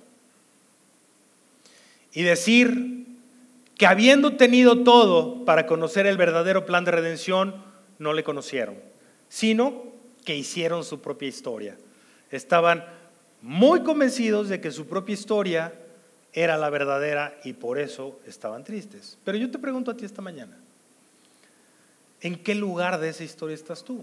y decir que habiendo tenido todo para conocer el verdadero plan de redención, no le conocieron, sino que hicieron su propia historia. Estaban muy convencidos de que su propia historia era la verdadera y por eso estaban tristes. Pero yo te pregunto a ti esta mañana, ¿en qué lugar de esa historia estás tú?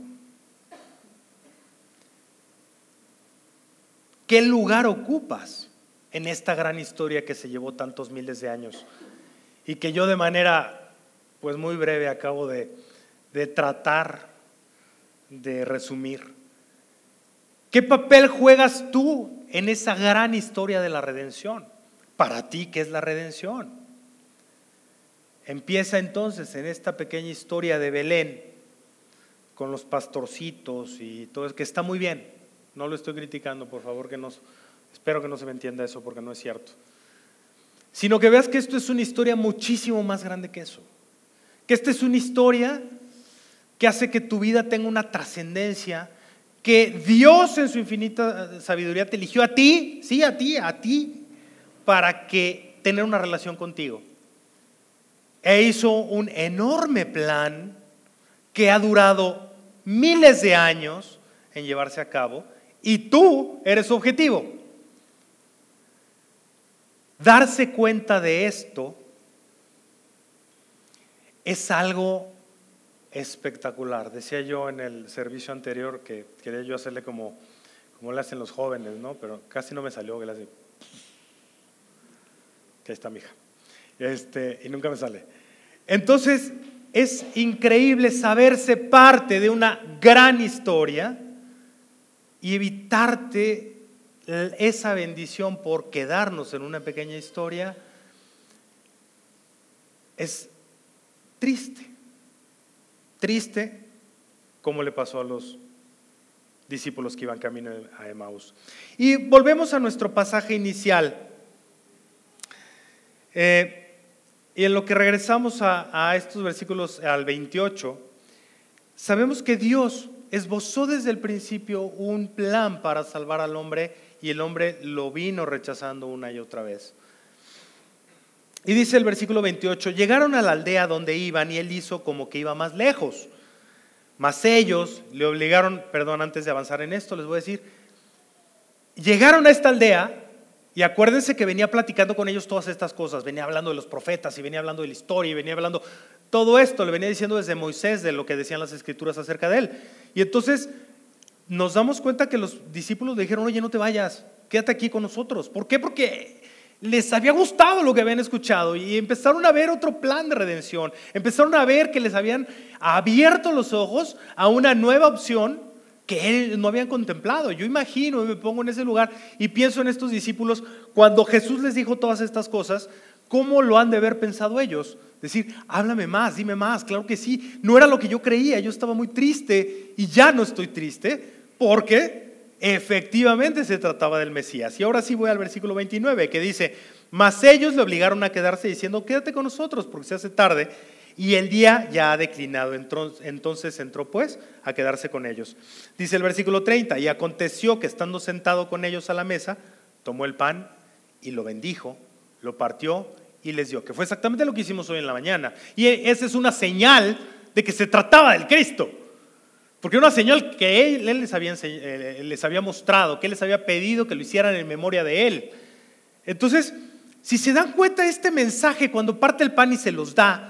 ¿Qué lugar ocupas en esta gran historia que se llevó tantos miles de años y que yo de manera pues muy breve acabo de tratar de resumir? ¿Qué papel juegas tú en esa gran historia de la redención? Para ti, ¿qué es la redención? Empieza entonces en esta pequeña historia de Belén con los pastorcitos y todo eso, que está muy bien. No lo estoy criticando, por favor, espero que no se me entienda eso, porque no es cierto. Sino que veas que esto es una historia muchísimo más grande que eso. Que esta es una historia que hace que tu vida tenga una trascendencia, que Dios en su infinita sabiduría te eligió a ti, sí, a ti, para que tener una relación contigo. E hizo un enorme plan que ha durado miles de años en llevarse a cabo, y tú eres su objetivo. Darse cuenta de esto es algo espectacular. Decía yo en el servicio anterior que quería yo hacerle como le hacen los jóvenes, ¿no? Pero casi no me salió, que le hace. Que ahí está mi hija. Y nunca me sale. Entonces, es increíble saberse parte de una gran historia y evitarte esa bendición por quedarnos en una pequeña historia. Es triste como le pasó a los discípulos que iban camino a Emaús. Y volvemos a nuestro pasaje inicial, y en lo que regresamos a estos versículos al 28, sabemos que Dios esbozó desde el principio un plan para salvar al hombre, y el hombre lo vino rechazando una y otra vez. Y dice el versículo 28: llegaron a la aldea donde iban y él hizo como que iba más lejos. Mas ellos le obligaron, antes de avanzar en esto les voy a decir, llegaron a esta aldea y acuérdense que venía platicando con ellos todas estas cosas, venía hablando de los profetas y venía hablando de la historia y venía hablando todo esto, le venía diciendo desde Moisés de lo que decían las escrituras acerca de él. Y entonces nos damos cuenta que los discípulos le dijeron: oye, no te vayas, quédate aquí con nosotros. ¿Por qué? Porque les había gustado lo que habían escuchado y empezaron a ver otro plan de redención, empezaron a ver que les habían abierto los ojos a una nueva opción que ellos no habían contemplado. Yo imagino y me pongo en ese lugar y pienso en estos discípulos cuando Jesús les dijo todas estas cosas, ¿cómo lo han de haber pensado ellos? Decir: háblame más, dime más. Claro que sí, no era lo que yo creía, yo estaba muy triste y ya no estoy triste porque efectivamente se trataba del Mesías. Y ahora sí voy al versículo 29, que dice: mas ellos le obligaron a quedarse diciendo: quédate con nosotros porque se hace tarde y el día ya ha declinado. Entonces entró pues a quedarse con ellos. Dice el versículo 30: y aconteció que estando sentado con ellos a la mesa, tomó el pan y lo bendijo, lo partió y les dio, que fue exactamente lo que hicimos hoy en la mañana. Y esa es una señal de que se trataba del Cristo, porque una señal que él les había mostrado, que él les había pedido que lo hicieran en memoria de él. Entonces, si se dan cuenta, este mensaje cuando parte el pan y se los da,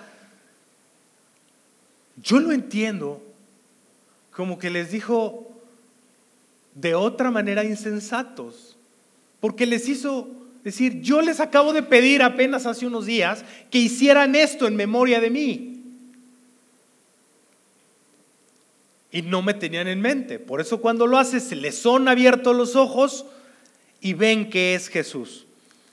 yo lo entiendo como que les dijo de otra manera insensatos, porque les hizo decir: yo les acabo de pedir apenas hace unos días que hicieran esto en memoria de mí, y no me tenían en mente. Por eso cuando lo hace, se les son abiertos los ojos y ven que es Jesús.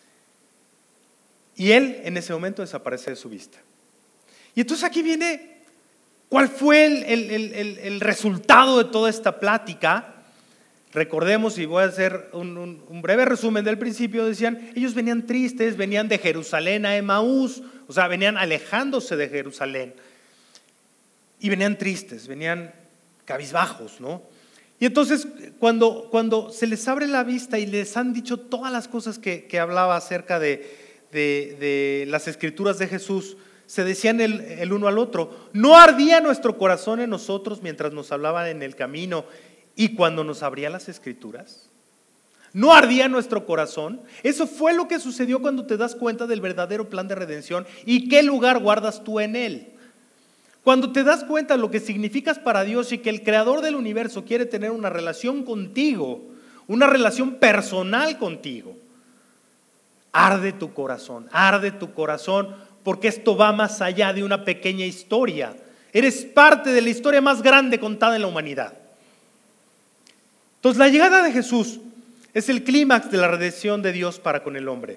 Y él en ese momento desaparece de su vista. Y entonces aquí viene cuál fue el resultado de toda esta plática. Recordemos, y voy a hacer un breve resumen del principio. Decían, ellos venían tristes, venían de Jerusalén a Emaús, o sea, venían alejándose de Jerusalén. Y venían tristes, venían cabizbajos, ¿no? Y entonces cuando se les abre la vista y les han dicho todas las cosas que hablaba acerca de las escrituras de Jesús, se decían el uno al otro: ¿no ardía nuestro corazón en nosotros mientras nos hablaban en el camino y cuando nos abría las escrituras? ¿No ardía nuestro corazón? Eso fue lo que sucedió cuando te das cuenta del verdadero plan de redención y qué lugar guardas tú en él. Cuando te das cuenta de lo que significas para Dios y que el creador del universo quiere tener una relación contigo, una relación personal contigo, arde tu corazón, porque esto va más allá de una pequeña historia. Eres parte de la historia más grande contada en la humanidad. Entonces, la llegada de Jesús es el clímax de la redención de Dios para con el hombre.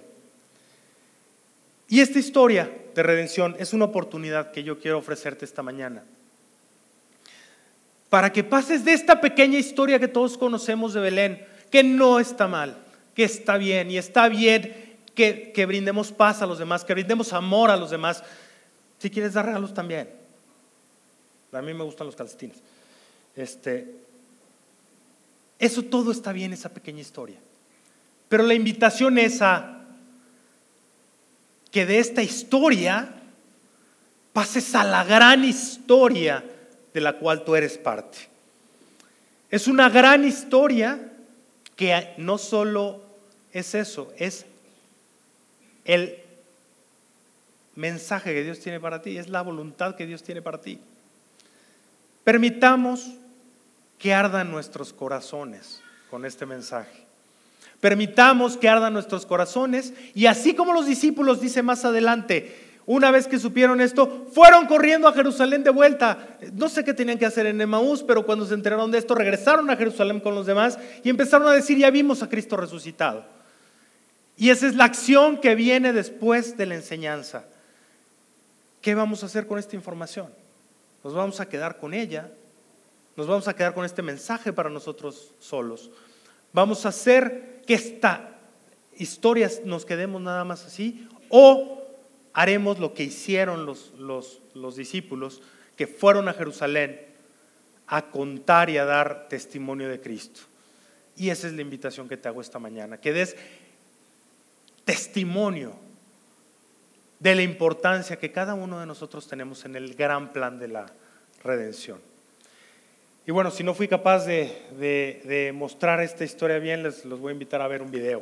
Y esta historia de redención es una oportunidad que yo quiero ofrecerte esta mañana, para que pases de esta pequeña historia que todos conocemos de Belén, que no está mal, que está bien, y está bien que brindemos paz a los demás, que brindemos amor a los demás. Si quieres dar regalos también. A mí me gustan los calcetines. Eso todo está bien, esa pequeña historia. Pero la invitación es a que de esta historia pases a la gran historia de la cual tú eres parte. Es una gran historia que no solo es eso, es el mensaje que Dios tiene para ti, es la voluntad que Dios tiene para ti. Permitamos que ardan nuestros corazones con este mensaje. Permitamos que ardan nuestros corazones, y así como los discípulos, dice más adelante, una vez que supieron esto, fueron corriendo a Jerusalén de vuelta. No sé qué tenían que hacer en Emaús, pero cuando se enteraron de esto, regresaron a Jerusalén con los demás y empezaron a decir: ya vimos a Cristo resucitado. Y esa es la acción que viene después de la enseñanza. ¿Qué vamos a hacer con esta información? ¿Nos vamos a quedar con ella? ¿Nos vamos a quedar con este mensaje para nosotros solos? ¿Vamos a hacer que esta historia nos quedemos nada más así? ¿O haremos lo que hicieron los discípulos, que fueron a Jerusalén a contar y a dar testimonio de Cristo? Y esa es la invitación que te hago esta mañana, que des testimonio de la importancia que cada uno de nosotros tenemos en el gran plan de la redención. Y bueno, si no fui capaz de mostrar esta historia bien, los voy a invitar a ver un video.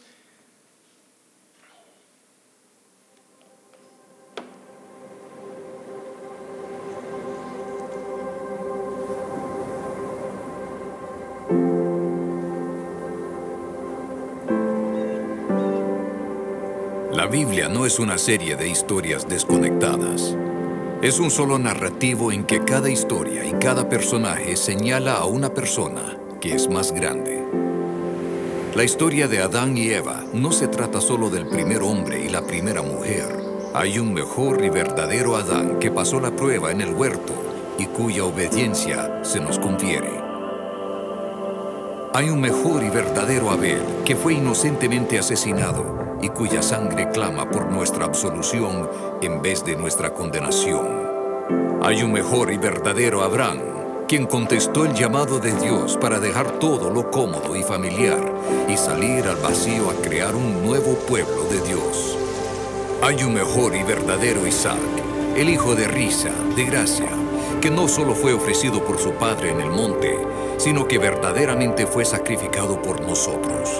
La Biblia no es una serie de historias desconectadas. Es un solo narrativo en que cada historia y cada personaje señala a una persona que es más grande. La historia de Adán y Eva no se trata solo del primer hombre y la primera mujer. Hay un mejor y verdadero Adán que pasó la prueba en el huerto y cuya obediencia se nos confiere. Hay un mejor y verdadero Abel que fue inocentemente asesinado y cuya sangre clama por nuestra absolución en vez de nuestra condenación. Hay un mejor y verdadero Abraham, quien contestó el llamado de Dios para dejar todo lo cómodo y familiar y salir al vacío a crear un nuevo pueblo de Dios. Hay un mejor y verdadero Isaac, el hijo de risa, de gracia, que no solo fue ofrecido por su padre en el monte, sino que verdaderamente fue sacrificado por nosotros.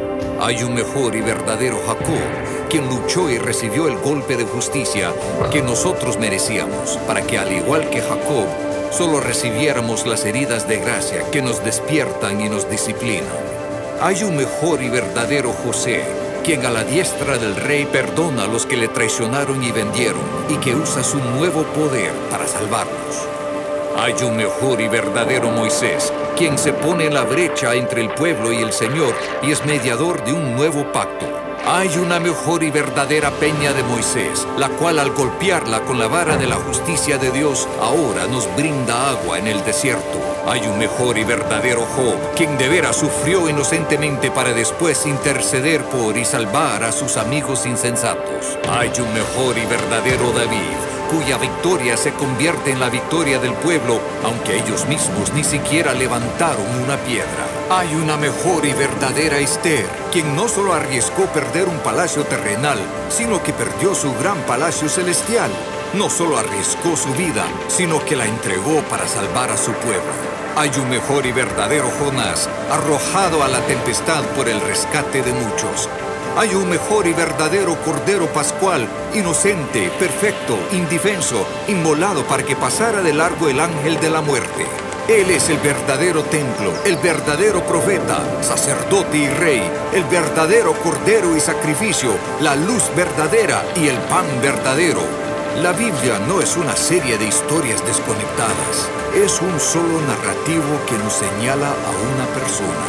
Hay un mejor y verdadero Jacob, quien luchó y recibió el golpe de justicia que nosotros merecíamos, para que al igual que Jacob, solo recibiéramos las heridas de gracia que nos despiertan y nos disciplinan. Hay un mejor y verdadero José, quien a la diestra del rey perdona a los que le traicionaron y vendieron, y que usa su nuevo poder para salvarnos. Hay un mejor y verdadero Moisés, quien se pone en la brecha entre el pueblo y el Señor y es mediador de un nuevo pacto. Hay una mejor y verdadera peña de Moisés, la cual al golpearla con la vara de la justicia de Dios, ahora nos brinda agua en el desierto. Hay un mejor y verdadero Job, quien de veras sufrió inocentemente para después interceder por y salvar a sus amigos insensatos. Hay un mejor y verdadero David, cuya victoria se convierte en la victoria del pueblo, aunque ellos mismos ni siquiera levantaron una piedra. Hay una mejor y verdadera Esther, quien no solo arriesgó perder un palacio terrenal, sino que perdió su gran palacio celestial. No solo arriesgó su vida, sino que la entregó para salvar a su pueblo. Hay un mejor y verdadero Jonás, arrojado a la tempestad por el rescate de muchos. Hay un mejor y verdadero Cordero Pascual, inocente, perfecto, indefenso, inmolado para que pasara de largo el ángel de la muerte. Él es el verdadero templo, el verdadero profeta, sacerdote y rey, el verdadero cordero y sacrificio, la luz verdadera y el pan verdadero. La Biblia no es una serie de historias desconectadas, es un solo narrativo que nos señala a una persona,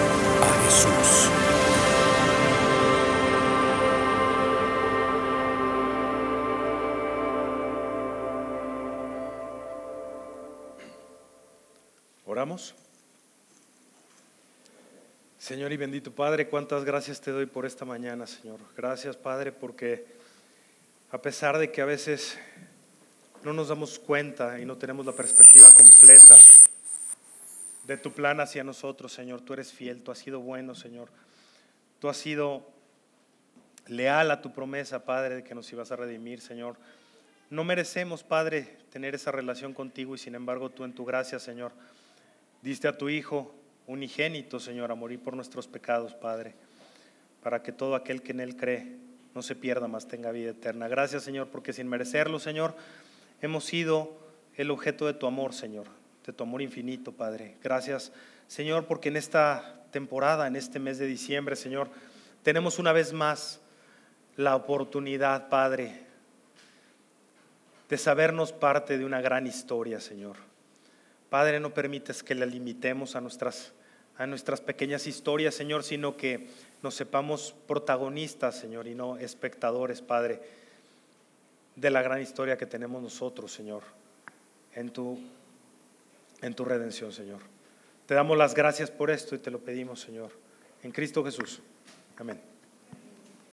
a Jesús. Oramos. Señor y bendito Padre, cuántas gracias te doy por esta mañana, Señor. Gracias, Padre, porque a pesar de que a veces no nos damos cuenta y no tenemos la perspectiva completa de tu plan hacia nosotros, Señor, tú eres fiel, tú has sido bueno, Señor. Tú has sido leal a tu promesa, Padre, de que nos ibas a redimir, Señor. No merecemos, Padre, tener esa relación contigo y sin embargo tú en tu gracia, Señor, diste a tu Hijo unigénito, Señor, a morir por nuestros pecados, Padre, para que todo aquel que en Él cree no se pierda, mas tenga vida eterna. Gracias, Señor, porque sin merecerlo, Señor, hemos sido el objeto de tu amor, Señor, de tu amor infinito, Padre. Gracias, Señor, porque en esta temporada, en este mes de diciembre, Señor, tenemos una vez más la oportunidad, Padre, de sabernos parte de una gran historia, Señor. Padre, no permites que la limitemos a nuestras pequeñas historias, Señor, sino que nos sepamos protagonistas, Señor, y no espectadores, Padre, de la gran historia que tenemos nosotros, Señor, en tu redención, Señor. Te damos las gracias por esto y te lo pedimos, Señor, en Cristo Jesús. Amén.